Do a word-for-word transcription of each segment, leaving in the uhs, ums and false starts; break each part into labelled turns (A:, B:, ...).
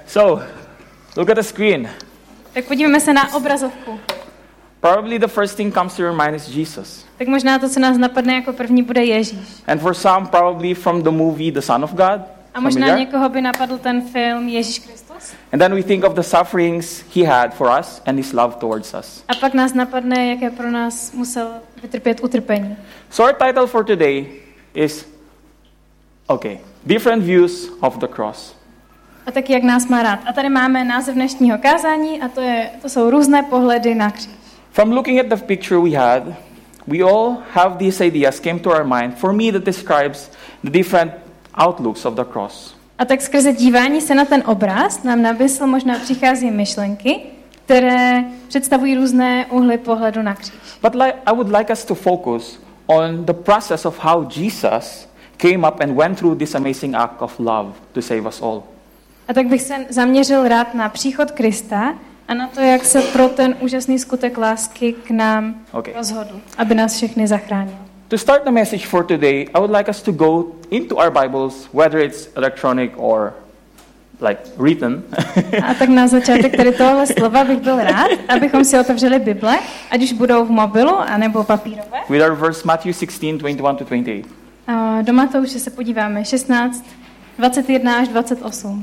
A: So, look at the screen.
B: Tak podívejme se na obrazovku.
A: Probably the first thing comes to your mind is Jesus.
B: Tak možná to, co nás napadne jako první, bude Ježíš.
A: And for some, probably from the movie The Son of God.
B: A možná
A: Familiar?
B: někoho by napadl ten film Ježíš Kristus.
A: And then we think of the sufferings he had for us and his love towards us.
B: A pak nás napadne, jaké pro nás musel vytrpět utrpení.
A: So our title for today is, okay, different views of the cross.
B: A taky, jak nás má rád. A tady máme název dnešního kázání a to, je, to jsou různé pohledy na kříž.
A: From looking at the picture we had, we all have these ideas came to our mind. For me, that describes the different outlooks of the cross.
B: A tak skrze dívání se na ten obraz nám na mysl možná přichází myšlenky, které představují různé úhly pohledu na kříž.
A: But like, I would like us to focus on the process of how Jesus came up and went through this amazing act of love to save us all.
B: A tak bych se zaměřil rád na příchod Krista a na to, jak se pro ten úžasný skutek lásky k nám
A: Okay.
B: rozhodl, aby nás všechny zachránil.
A: To start the message for today, I would like us to go into our Bibles, whether it's electronic or like written.
B: A tak na začátek tady tohle slova bych byl rád, abychom si otevřeli Bible, ať už budou v mobilu, anebo papírové.
A: With our verse Matthew sixteen, twenty-one to twenty-eight.
B: A do Matouše se podíváme šestnáct, dvacet jedna až dvacet osm.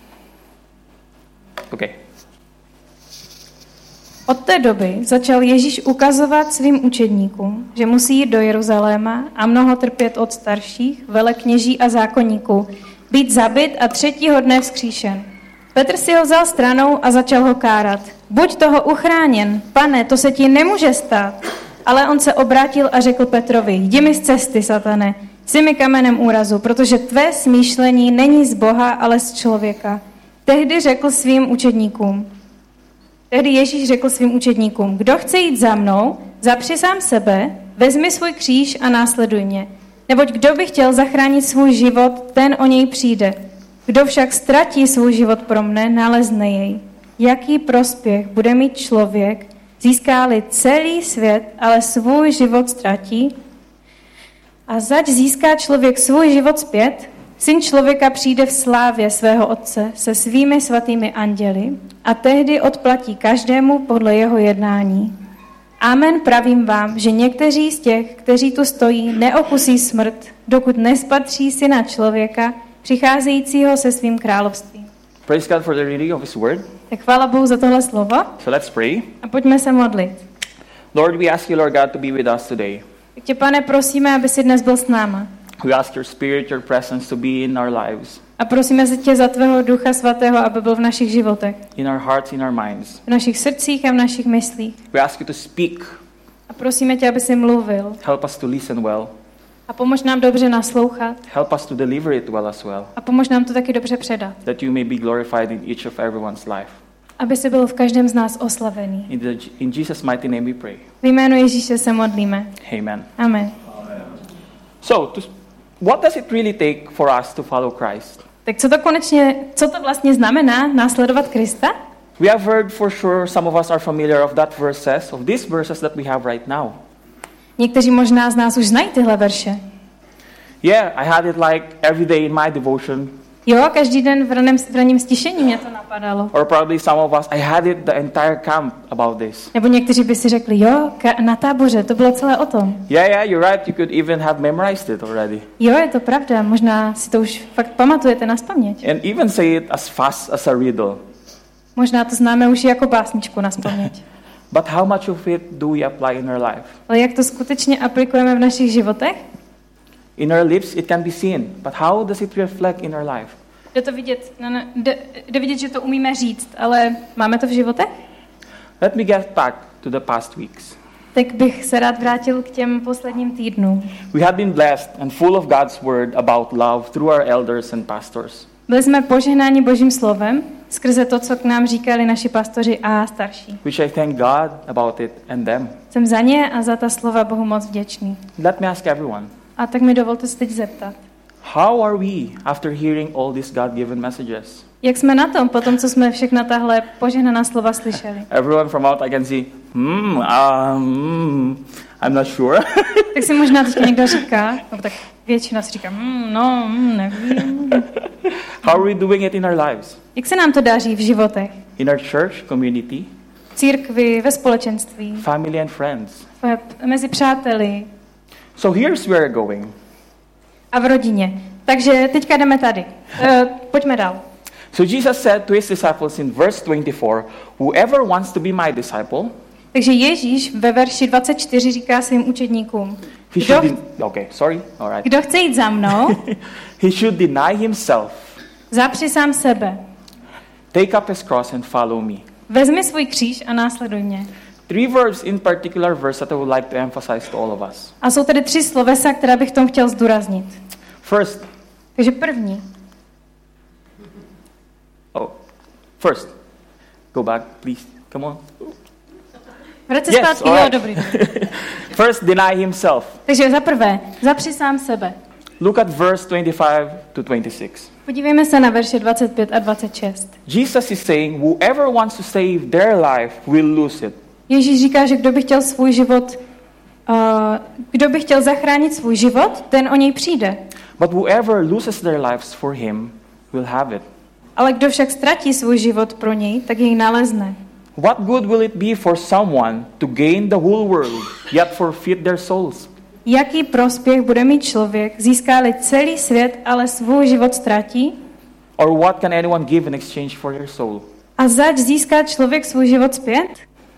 A: Okay.
B: Od té doby začal Ježíš ukazovat svým učedníkům, že musí jít do Jeruzaléma a mnoho trpět od starších, velekněží a zákonníků, být zabit a třetího dne vzkříšen. Petr si ho vzal stranou a začal ho kárat. Buď toho uchráněn, pane, to se ti nemůže stát. Ale on se obrátil a řekl Petrovi, jdi mi z cesty, satane, jsi mi kamenem úrazu, protože tvé smýšlení není z Boha, ale z člověka. Tehdy řekl svým učedníkům, Tehdy Ježíš řekl svým učedníkům, kdo chce jít za mnou, zapři sám sebe, vezmi svůj kříž a následuj mě. Neboť kdo by chtěl zachránit svůj život, ten o něj přijde. Kdo však ztratí svůj život pro mne, nalezne jej. Jaký prospěch bude mít člověk, získá-li celý svět, ale svůj život ztratí? A zač získá člověk svůj život zpět, Syn člověka přijde v slávě svého Otce se svými svatými anděli a tehdy odplatí každému podle jeho jednání. Amen, pravím vám, že někteří z těch, kteří tu stojí, neokusí smrt, dokud nespatří Syna člověka, přicházejícího se svým královstvím.
A: Praise God for the reading of His word.
B: Tak chvála Bohu za tohle slovo
A: So let's pray.
B: a pojďme se modlit.
A: Lord, we ask you, Lord God, to be with us today.
B: Tak tě, Pane, prosíme, aby si dnes byl s náma.
A: We ask your Spirit, your presence to be in our lives,
B: A prosíme se tě za tvého Ducha Svatého, aby byl v našich životech,
A: in our hearts, in our minds.
B: v našich srdcích a v našich myslích.
A: We ask you to speak.
B: A prosíme tě, aby si mluvil.
A: Help us to listen well.
B: A pomož nám dobře naslouchat.
A: Help us to deliver it well as well,
B: A pomož nám to taky dobře předat.
A: that you may be glorified in each of everyone's life.
B: Aby si byl v každém z nás oslavený.
A: In, the, in Jesus' mighty name we pray.
B: V jménu Ježíše se modlíme.
A: Amen.
B: Amen.
A: So, to, what does it really take for us to follow Christ?
B: Tak co to konečně, co to vlastně znamená následovat Krista?
A: We have heard for sure, some of us are familiar of that verses, of these verses that we have right now.
B: Někteří možná z nás už znají tyhle verše.
A: Yeah, I had it like every day in my devotion.
B: Jo, každý den v raném, v ranním stišení mě to napadalo.
A: Or probably some of us, I had it the entire camp about this.
B: Nebo někteří by si řekli, jo, ka- na táboře, to bylo celé o tom.
A: Yeah, yeah, you're right. You could even have memorized it already.
B: Jo, je to pravda, možná si to už fakt pamatujete nazpaměť.
A: And even say it as fast as a riddle.
B: Možná to známe už jako básničku nazpaměť.
A: But how much of it do we apply in our life?
B: Ale jak to skutečně aplikujeme v našich životech?
A: In our lips, it can be seen. But how does it reflect in our life?
B: Jde to vidět, no, no, jde, jde vidět, že to umíme říct, ale máme to v životech?
A: Let me get back to the past weeks.
B: Tak bych se rád vrátil k těm posledním týdnům.
A: We have been blessed and full of God's word about love through our elders and pastors.
B: Byli jsme požehnáni Božím slovem skrze to, co k nám říkali naši pastoři a starší.
A: Which I thank God about it and them.
B: Jsem za ně a za ta slova Bohu moc vděčný.
A: Let me ask everyone.
B: A tak mi dovolte se teď zeptat.
A: How are we after hearing all these God-given messages?
B: Jak jsme na tom, po tom, co jsme všechna tahle požehnaná slova slyšeli?
A: Everyone from out, I can see, hmm, um, I'm not sure.
B: Tak si možná teď někdo říká, no tak většina si říká, mm, no, mm, nevím.
A: How are we doing it in our lives?
B: Jak se nám to daří v životech?
A: In our church community,
B: V církvi, ve společenství,
A: family and friends.
B: mezi přáteli
A: So here's where we're going.
B: a v rodině. Takže teďka jdeme tady. Uh, pojďme dál.
A: So Jesus said to his disciples in verse twenty-four, whoever wants to be my disciple,
B: Takže Ježíš ve verši dvacet čtyři říká svým učedníkům,
A: he
B: kdo,
A: should de- okay, sorry. All right.
B: kdo chce jít za mnou,
A: He should deny himself,
B: zapři sám sebe,
A: take up his cross and follow me.
B: vezmi svůj kříž a následuj mě.
A: Three verbs in particular verse that I would like to emphasize to all of us.
B: A jsou tady tři slovesa, která bych tom chtěl zdůraznit.
A: First,
B: Takže první.
A: oh, first, go back, please. Come on.
B: Vrať se
A: Yes,
B: zpátky,
A: all
B: jo,
A: right.
B: dobrý.
A: First, deny himself.
B: Takže za prvé, zapři sám sebe.
A: Look at verse twenty-five to twenty-six.
B: Podívejme se na verše dvacet pět a dvacet šest.
A: Jesus is saying, whoever wants to save their life will lose it.
B: Ježíš říká, že kdo by chtěl svůj život, uh, kdo by chtěl zachránit svůj život, ten o něj přijde.
A: But whoever loses their lives for him will have it.
B: Ale kdo však ztratí svůj život pro něj, tak jej nalezne.
A: What good will it be for someone to gain the whole world, yet forfeit their souls?
B: Jaký prospěch bude mít člověk, získá-li celý svět, ale svůj život ztratí?
A: Or what can anyone give in exchange for their soul?
B: A zač získá člověk svůj život zpět?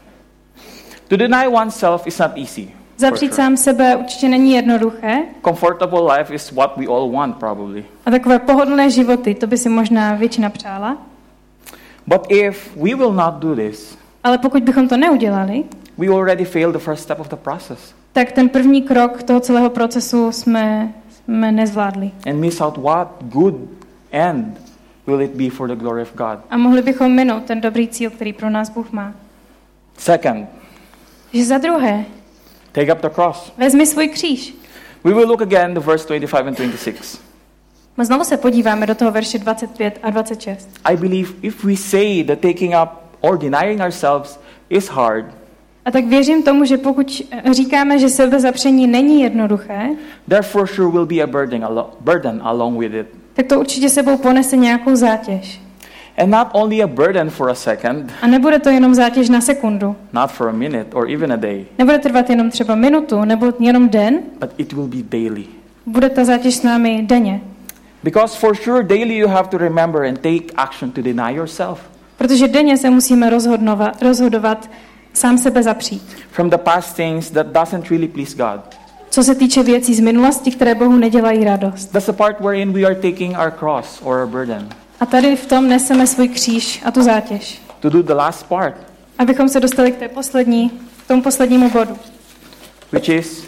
A: To deny oneself is not easy. for
B: Zapřít
A: sure.
B: sám sebe určitě není jednoduché.
A: Comfortable life is what we all want, probably.
B: A takové pohodlné životy, to by si možná většina přála.
A: But if we will not do this,
B: Ale pokud bychom to neudělali,
A: we already failed the first step of the process
B: tak ten první krok toho celého procesu jsme, jsme nezvládli.
A: and miss out what good end will it be for the glory of God.
B: A mohli bychom minout ten dobrý cíl, který pro nás Bůh má.
A: Second,
B: Že za druhé,
A: take up the cross.
B: vezmi svůj kříž.
A: We will look again the verse twenty-five and twenty-six.
B: A znovu se podíváme do toho verše dvacet pět a dvacet šest.
A: I believe if we say that taking up or denying ourselves is hard,
B: A tak věřím tomu, že pokud říkáme, že sebezapření není jednoduché,
A: there for sure will be a burden, alo- burden along with it.
B: tak to určitě sebou ponese nějakou zátěž.
A: And not only a burden for a second,
B: A nebude to jenom zátěž na sekundu.
A: not for a minute or even a day,
B: Nebude trvat jenom třeba minutu nebo jenom den.
A: but it will be daily.
B: Bude ta zátěž s námi denně.
A: Because for sure daily you have to remember and take action to deny yourself.
B: Protože denně se musíme rozhodnovat, rozhodovat sám sebe zapřít.
A: From the past things that doesn't really please God.
B: Co se týče věcí z minulosti, které Bohu nedělají radost.
A: That's the part wherein we are taking our cross or our burden.
B: A tady v tom neseme svůj kříž a tu zátěž.
A: To do the last part,
B: Abychom se dostali k té poslední, k tomu poslednímu bodu.
A: which is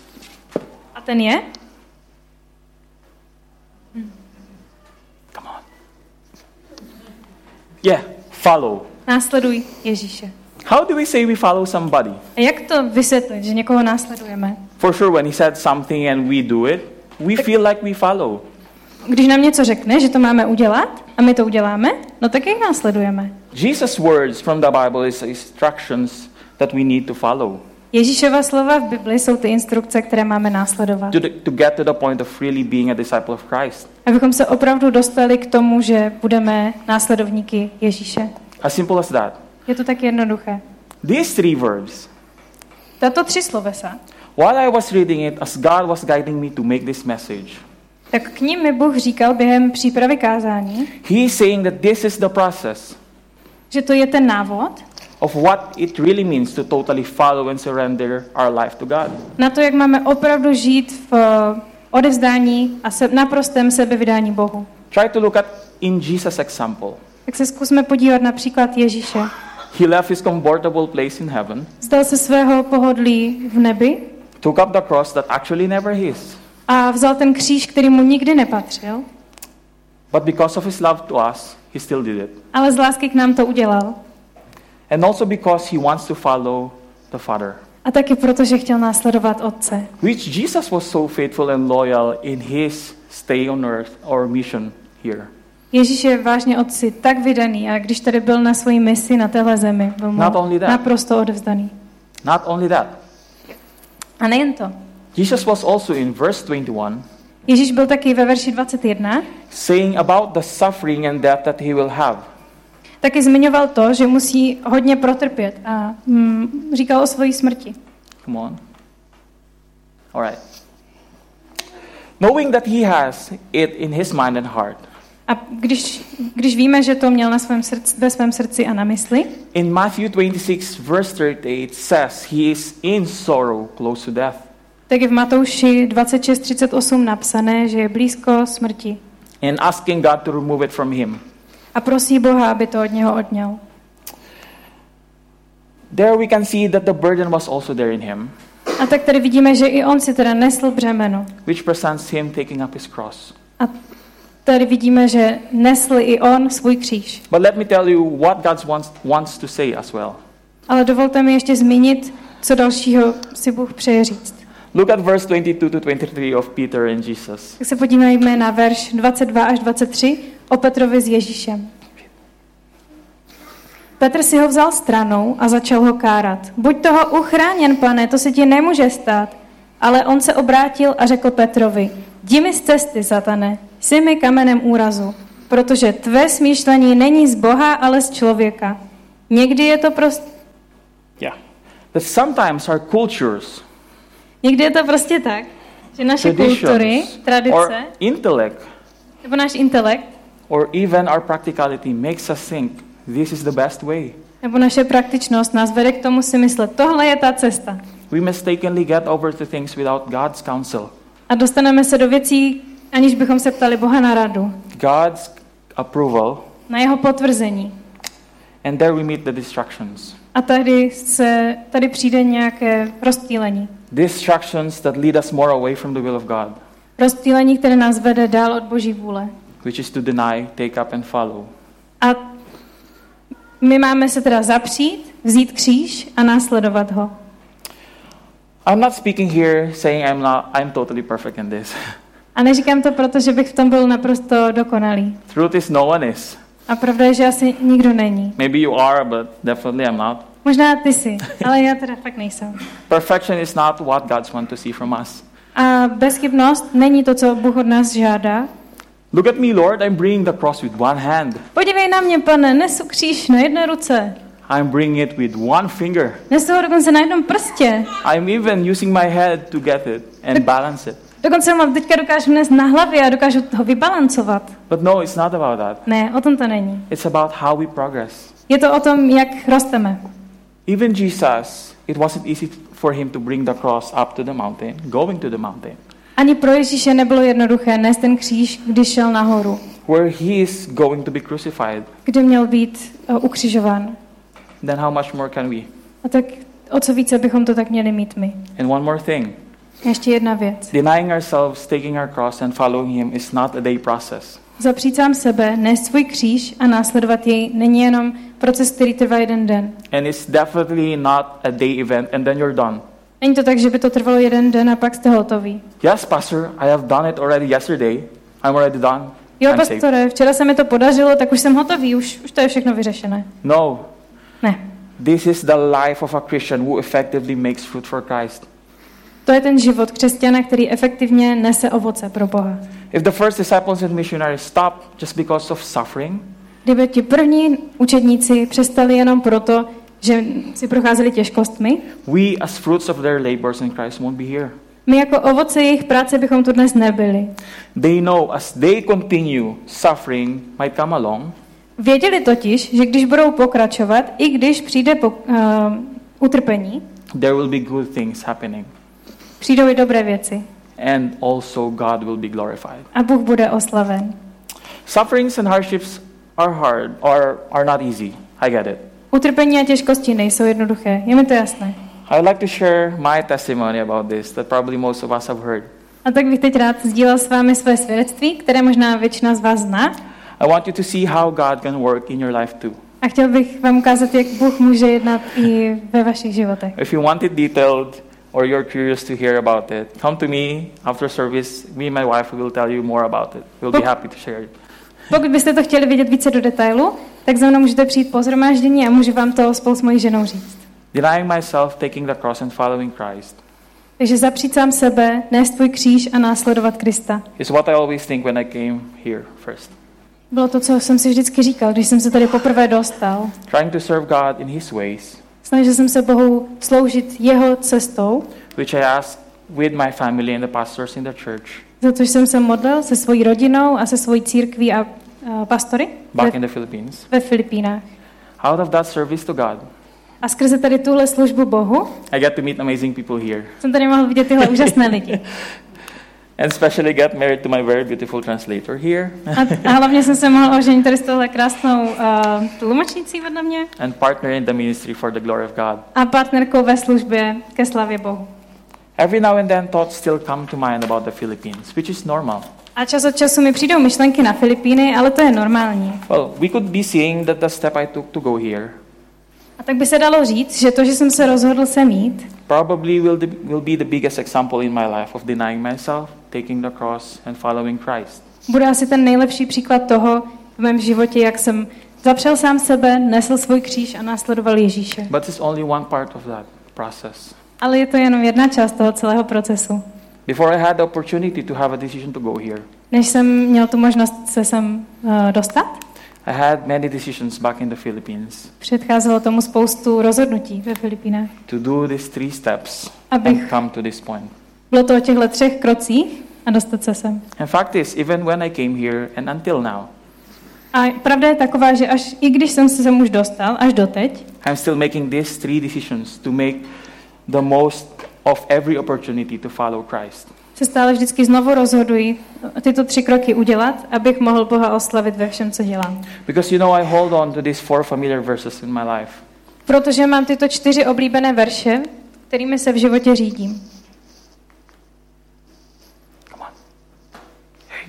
B: A ten je?
A: come on. Yeah, follow.
B: Následuj Ježíše.
A: How do we say we follow somebody?
B: A jak to vysvětlit, že někoho následujeme?
A: For sure when he said something and we do it, we feel like we follow.
B: Když nám něco řekne, že to máme udělat, a my to uděláme, no tak jak následujeme?
A: Jesus' words from the Bible is instructions that we need to follow
B: Ježíšova slova v Bibli jsou ty instrukce, které máme následovat.
A: to, the, to get to the point of really being a disciple of Christ.
B: Abychom se opravdu dostali k tomu, že budeme následovníky Ježíše.
A: As simple as that.
B: Je to tak jednoduché.
A: These three verbs,
B: Tato tři slovesa,
A: while I was reading it, as God was guiding me to make this message,
B: tak k ním mi Bůh říkal během přípravy kázání,
A: He is saying that this is the process
B: že to je ten návod
A: of what it really means to totally follow and surrender our life to God.
B: na to, jak máme opravdu žít v eh, odevzdání a se, naprostém sebevydání Bohu.
A: Try to look at in Jesus' example.
B: Tak se zkusme podívat na příklad Ježíše.
A: He left his comfortable place in heaven,
B: Vzdal se svého pohodlí v nebi
A: took up the cross that actually never his,
B: a vzal ten kříž, který mu nikdy nepatřil,
A: but because of his love to us, he still did it.
B: ale z lásky k nám to udělal.
A: And also because he wants to follow the Father,
B: A taky proto, že chtěl následovat Otce.
A: which Jesus was so faithful and loyal in his stay on earth or mission here.
B: Ježíš je vážně Otci tak vydaný a když tady byl na svojí misi na téhle zemi, byl mu
A: Not only that.
B: naprosto odevzdaný.
A: Not only that,
B: A nejen to.
A: Jesus was also in verse twenty-one
B: Ježíš byl taky ve verši dvacet jedna,
A: saying about the suffering and death that he will have.
B: taky zmiňoval to, že musí hodně protrpět a mm, říkal o svojí smrti.
A: Come on. All right. Knowing that he has it in his mind and heart.
B: A když, když víme, že to měl na svém srdci, ve svém srdci a na mysli,
A: In Matthew twenty-six verse thirty-eight says he is in sorrow close to death.
B: tak je v Matouši dvacet šest třicet osm napsané, že je blízko smrti.
A: And asking God to remove it from him.
B: A prosí Boha, aby to od něho odňal.
A: There we can see that the burden was also there in him,
B: A tak tady vidíme, že i on si teda nesl břemeno.
A: which presents him taking up his cross.
B: A tady vidíme, že nesl i on svůj kříž.
A: But let me tell you what God wants, wants to say as well.
B: Ale dovolte mi ještě zmínit, co dalšího si Bůh přeje říct.
A: Look at verse twenty-two to twenty-three of Peter and Jesus.
B: Tak se podívejme na verš dvacet dva až dvacet tři o Petrovi s Ježíšem. Petr si ho vzal stranou a začal ho kárat. Buď toho uchráněn, pane, to se ti nemůže stát. Ale on se obrátil a řekl Petrovi, jdi mi z cesty, satane, jsi mi kamenem úrazu, protože tvé smýšlení není z Boha, ale z člověka. Někdy je to prostě...
A: Yeah. That sometimes our cultures,
B: Někdy je to prostě tak, že naše kultury,
A: traditions, or
B: tradice,
A: intellect,
B: nebo náš intelekt,
A: or even our practicality makes us think this is the best way.
B: nebo naše praktičnost nás vede k tomu si myslet, tohle je ta cesta.
A: We mistakenly get over to things without God's counsel.
B: A dostaneme se do věcí, aniž bychom se ptali Boha na radu,
A: God's approval,
B: na jeho potvrzení.
A: and there we meet the distractions.
B: A tady, se, tady přijde nějaké rozptýlení.
A: Distractions that lead us more away from the will of God,
B: Rozptýlení, které nás vede dál od Boží vůle.
A: which is to deny, take up, and follow.
B: A my máme se teda zapřít, vzít kříž a následovat ho.
A: I'm not speaking here saying I'm not, I'm totally perfect in this.
B: A neříkám to proto, že bych v tom byl naprosto dokonalý.
A: Truth is no one is.
B: A pravda je, že asi nikdo není.
A: Maybe you are, but definitely I'm not.
B: Možná ty jsi, ale já teda fakt nejsem.
A: Perfection is not what God wants to see from us.
B: A bezchybnost není to, co Bůh od nás žádá.
A: Look at me, Lord, I'm bringing the cross with one hand.
B: Podívej na mě, pane, nesu kříž na jedné ruce.
A: I'm bringing it with one finger.
B: Nesu ho dokonce na jednom prstě.
A: I'm even using my head to get it and balance it.
B: Dokonce ho mám teďka dokážu nést na hlavě a dokážu ho vybalancovat.
A: But no, it's not about that.
B: Ne, o tom to není.
A: It's about how we progress.
B: Je to o tom, jak rosteme.
A: Even Jesus, it wasn't easy for him to bring the cross up to the mountain, going to the mountain,
B: Ani pro Ježíše nebylo jednoduché nést ten kříž, když šel nahoru,
A: where he is going to be crucified.
B: kde měl být uh, ukřižován.
A: Then how much more can we?
B: A tak o co více bychom to tak měli mít my.
A: And one more thing.
B: Ještě jedna věc.
A: Denying ourselves, taking our cross and following him is not a day process.
B: Zapřít sám sebe, nést svůj kříž a následovat jej není jenom proces, který trvá jeden den.
A: And it's definitely not a day event and then you're done.
B: Není to tak, že by to trvalo jeden den a pak jste hotoví.
A: Yes, Pastor, I have done it already yesterday. I'm already done.
B: Jo,
A: I'm saved.
B: pastore, včera se mi to podařilo, tak už jsem hotový, už, už to je všechno vyřešené.
A: No,
B: Ne.
A: this is the life of a Christian who effectively makes fruit for Christ.
B: To je ten život křesťana, který efektivně nese ovoce pro Boha.
A: If the first disciples and missionaries stopped just because of suffering,
B: Kdyby ti první učedníci přestali jenom proto, že si procházeli těžkostmi,
A: we as fruits of their labors in Christ won't be here.
B: my jako ovoce jejich práce bychom tu dnes nebyli.
A: They know as they continue, suffering might come along,
B: Věděli totiž, že když budou pokračovat, i když přijde po, uh, utrpení,
A: there will be good things happening.
B: přijdou i dobré věci
A: And also God will be glorified.
B: a Bůh bude oslaven.
A: Sufferings and hardships are hard, or are not easy. I get it.
B: Utrpení a těžkosti nejsou jednoduché, je mi to jasné.
A: I'd like to share my testimony about this that probably most of us have heard.
B: A tak bych teď rád sdílel s vámi své svědectví, které možná většina z vás zná.
A: I want you to see how God can work in your life too.
B: A chtěl bych vám ukázat, jak Bůh může jednat i ve vašich životech.
A: If you want it detailed or you're curious to hear about it, come to me after service. Me and my wife will tell you more about it. We'll be happy to share it.
B: Pokud byste to chtěli vědět více do detailu, tak za mnou můžete přijít po shromáždění a můžu vám to spolu s mojí ženou říct.
A: Denying myself, taking the cross and following Christ.
B: Takže zapřít sám sebe, nést tvůj kříž a následovat Krista.
A: Is what I always think when I came here first.
B: Bylo to, co jsem si vždycky říkal, když jsem se tady poprvé dostal.
A: Trying to serve God in His ways,
B: Snažil jsem se Bohu sloužit jeho cestou,
A: which I asked with my family and the pastors in the church
B: za což jsem se modlil se svojí rodinou a se svojí církví a uh, pastory
A: back
B: ve,
A: in the Philippines.
B: ve Filipínách.
A: Out of that service to God,
B: A skrze tady tuhle službu Bohu
A: I get to meet amazing people here,
B: jsem tady mohl vidět tyhle úžasné lidi.
A: and especially get married to my very beautiful translator here,
B: A, a hlavně jsem se mohl oženit tady s touhle krásnou uh, tlumočnicí vedle mě
A: and partner in the ministry for the glory of God.
B: a partnerkou ve službě ke slavě Bohu.
A: Every now and then thoughts still come to mind about the Philippines, which is normal.
B: A čas od času mi přijdou myšlenky na Filipíny, ale to je normální.
A: Well, we could be saying that the step I took to go here
B: A tak by se dalo říct, že to, že jsem se rozhodl sem jít,
A: probably will, the, will be the biggest example in my life of denying myself, taking the cross, and following Christ.
B: bude asi ten nejlepší příklad toho v mém životě, jak jsem zapřel sám sebe, nesl svůj kříž a následoval Ježíše.
A: But it's only one part of that process.
B: Ale je to jenom jedna část toho celého procesu.
A: Before I had the opportunity to have a decision to go here,
B: Než jsem měl tu možnost se sem uh, dostat,
A: I had many decisions back in the Philippines
B: předcházelo tomu spoustu rozhodnutí ve Filipínách.
A: to do these three steps
B: Abych-
A: and come to this point.
B: Bylo to o těchto třech krocích a dostat se sem.
A: And fact is, even when I came here and until now,
B: A pravda je taková, že až i když jsem se sem už dostal, až doteď,
A: I'm still making these three decisions to make the most of every opportunity to follow Christ.
B: se stále vždycky znovu rozhoduji tyto tři kroky udělat, abych mohl Boha oslavit ve všem, co dělám.
A: Because you know, I hold on to these four familiar verses in my life.
B: Protože mám tyto čtyři oblíbené verše, kterými se v životě řídím.
A: Come on. Hey.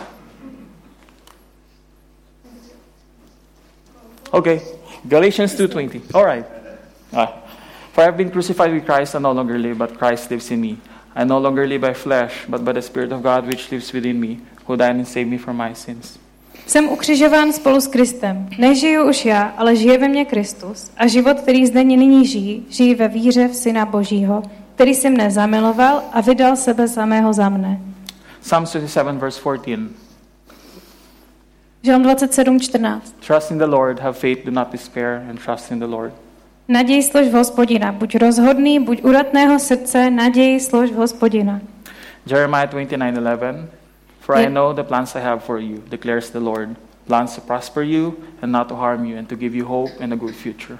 A: Okay, Galatians two twenty. All right. Ah. For I have been crucified with Christ, I no longer live, but Christ lives in me. I no longer live by flesh, but by the Spirit of God which lives within me, who died and saved me from my sins.
B: Jsem ukřižován spolu s Kristem. Nežiju už já, ale žije ve mně Kristus. A život, který zde nyní žijí, žijí ve víře v Syna Božího, který si mne zamiloval a vydal sebe samého za mne.
A: Psalm twenty-seven, verse fourteen.
B: Žalm dvacet sedm čtrnáct.
A: Trust in the Lord, have faith, do not despair, and trust in the Lord.
B: Naděj slož v Hospodina. Buď rozhodný, buď udatného srdce, naděj slož v Hospodina.
A: Jeremiah twenty-nine eleven. For I
B: Yeah.
A: know the plans I have for you, declares the Lord. Plans to prosper you and not to harm you, and to give you hope and a good future.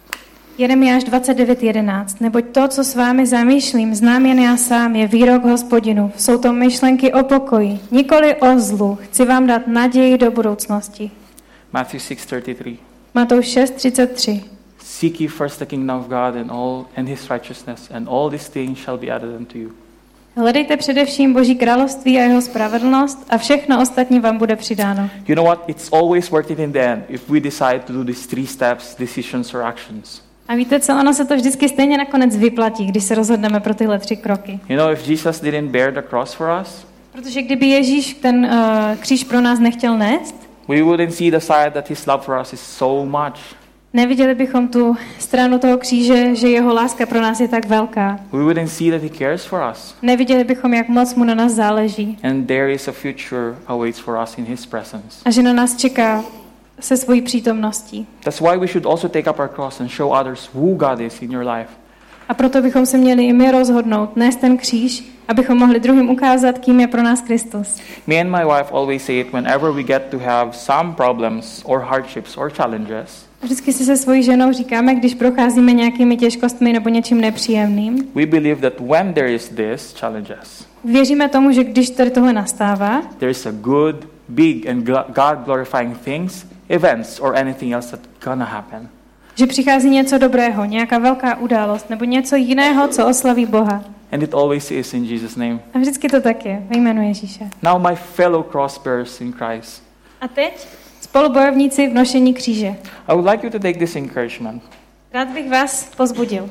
B: Jeremiáš dvacet devět jedenáct. Neboť to, co s vámi zamýšlím, znám jen já sám, je výrok Hospodinu. Jsou to myšlenky o pokoji, nikoli o zlu. Chci vám dát naději do budoucnosti.
A: Matthew six thirty-three.
B: Matouš šest třicet tři.
A: Seek ye first the kingdom of God and all and his righteousness, and all these things shall be added unto you.
B: Hledejte především Boží království a jeho spravedlnost a všechno ostatní vám bude přidáno.
A: You know what? It's always worth it in the end if we decide to do these three steps, decisions or actions.
B: A víte co, ono se to vždycky stejně nakonec vyplatí, když se rozhodneme pro tyhle tři kroky.
A: You know, if Jesus didn't bear the cross for us,
B: Protože kdyby Ježíš ten uh, kříž pro nás nechtěl nést,
A: we wouldn't see the side that his love for us is so much.
B: neviděli bychom tu stranu toho kříže, že jeho láska pro nás je tak velká.
A: We wouldn't see that he cares for us.
B: Neviděli bychom, jak moc mu na nás záleží
A: And there is a future awaits for us in his presence.
B: a že na nás čeká se svojí přítomností.
A: That's why we should also take up our cross and show others who God is in your life.
B: A proto bychom se měli i my rozhodnout nést ten kříž, abychom mohli druhým ukázat, kým je pro nás Kristus.
A: Me and my wife always say it whenever we get to have some problems or hardships or challenges.
B: Vždycky si se svojí ženou říkáme, když procházíme nějakými těžkostmi nebo něčím nepříjemným.
A: We believe that when there is this challenges,
B: Věříme tomu, že když tady tohle nastává,
A: there is a good, big and God glorifying things, events or anything else that gonna happen.
B: že přichází něco dobrého, nějaká velká událost nebo něco jiného, co oslaví Boha.
A: And it always is in Jesus' name.
B: A vždycky to tak je, ve jménu Ježíše.
A: Now my fellow cross-bearers in Christ,
B: A teď spolubojovníci v nošení kříže.
A: I would like you to take this encouragement.
B: Rád bych vás pozbudil.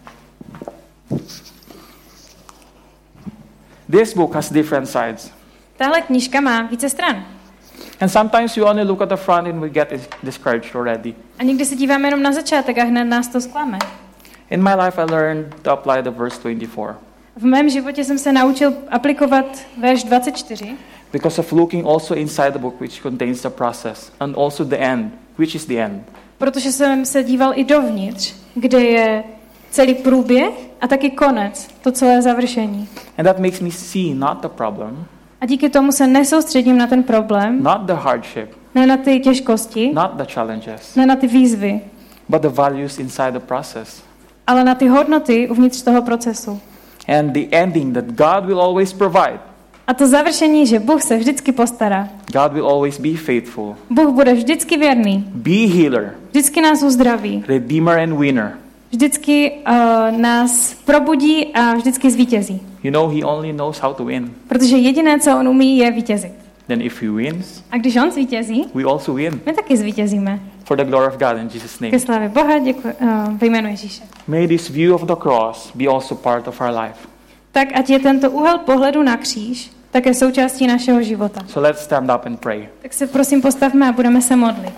A: This book has different sides.
B: Tahle knížka má více stran.
A: And sometimes we only look at the front and we get discouraged already.
B: A někdy se díváme jenom na začátek a hned nás to zklame.
A: In my life, I learned to apply the verse twenty-four.
B: V mém životě jsem se naučil aplikovat verš dvacet čtyři,
A: because of looking also inside the book which contains the process and also the end, which is the end.
B: protože jsem se díval i dovnitř, kde je celý průběh a taky konec, to celé završení.
A: And that makes me see not the problem,
B: A díky tomu se nesoustředím na ten problém,
A: not the hardship,
B: ne na ty těžkosti,
A: not the challenges,
B: ne na ty výzvy,
A: but the values inside the process.
B: ale na ty hodnoty uvnitř toho procesu.
A: And the ending that God will always provide.
B: A to završení, že Bůh se vždycky postará.
A: God will always be faithful.
B: Bůh bude vždycky věrný.
A: Be healer,
B: Vždycky nás uzdraví.
A: redeemer and winner.
B: Vždycky uh, nás probudí a vždycky zvítězí.
A: You know, he only knows how to win.
B: Protože jediné, co on umí, je vítězit.
A: Then if he wins,
B: A když on zvítězí,
A: we also win.
B: my taky zvítězíme.
A: For the glory of God in Jesus' name.
B: Ke slávě Boha, děkuji, uh, ve jménu Ježíše.
A: May this view of the cross be also part of our life.
B: Tak ať je tento úhel pohledu na kříž také součástí našeho života.
A: So let's stand up and pray.
B: Tak se prosím postavme a budeme se modlit.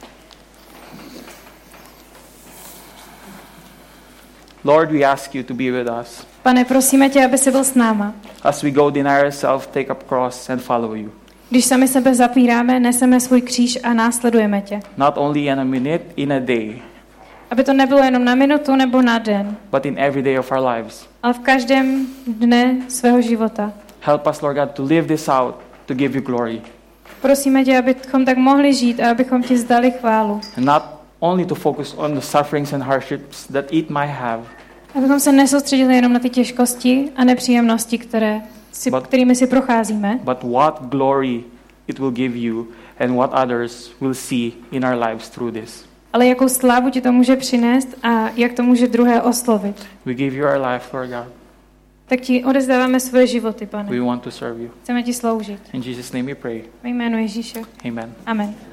A: Lord, we ask you to be with us.
B: Pane, prosíme tě, aby jsi byl s náma.
A: As we go, deny ourselves, take up cross and follow you.
B: Když sami sebe zapíráme, neseme svůj kříž a následujeme tě.
A: Not only in a minute, in a day,
B: Aby to nebylo jenom na minutu nebo na den,
A: but in every day of our lives.
B: ale v každém dne svého života.
A: Help us, Lord God, to live this out, to give you glory.
B: Prosíme tě, abychom tak mohli žít a abychom ti zdali chválu.
A: And not only to focus on the sufferings and hardships that it might have,
B: Abychom se nesoustředili jenom na ty těžkosti a nepříjemnosti, které si,
A: But-
B: kterými si procházíme,
A: but what glory it will give you and what others will see in our lives through this.
B: ale jakou slávu ti to může přinést a jak to může druhé oslovit.
A: We give you our life, Lord God.
B: Tak ti odezdáváme svoje životy, Pane.
A: We want to serve you.
B: Chceme ti sloužit.
A: In Jesus' name we pray.
B: Ve jménu Ježíše.
A: Amen.
B: Amen.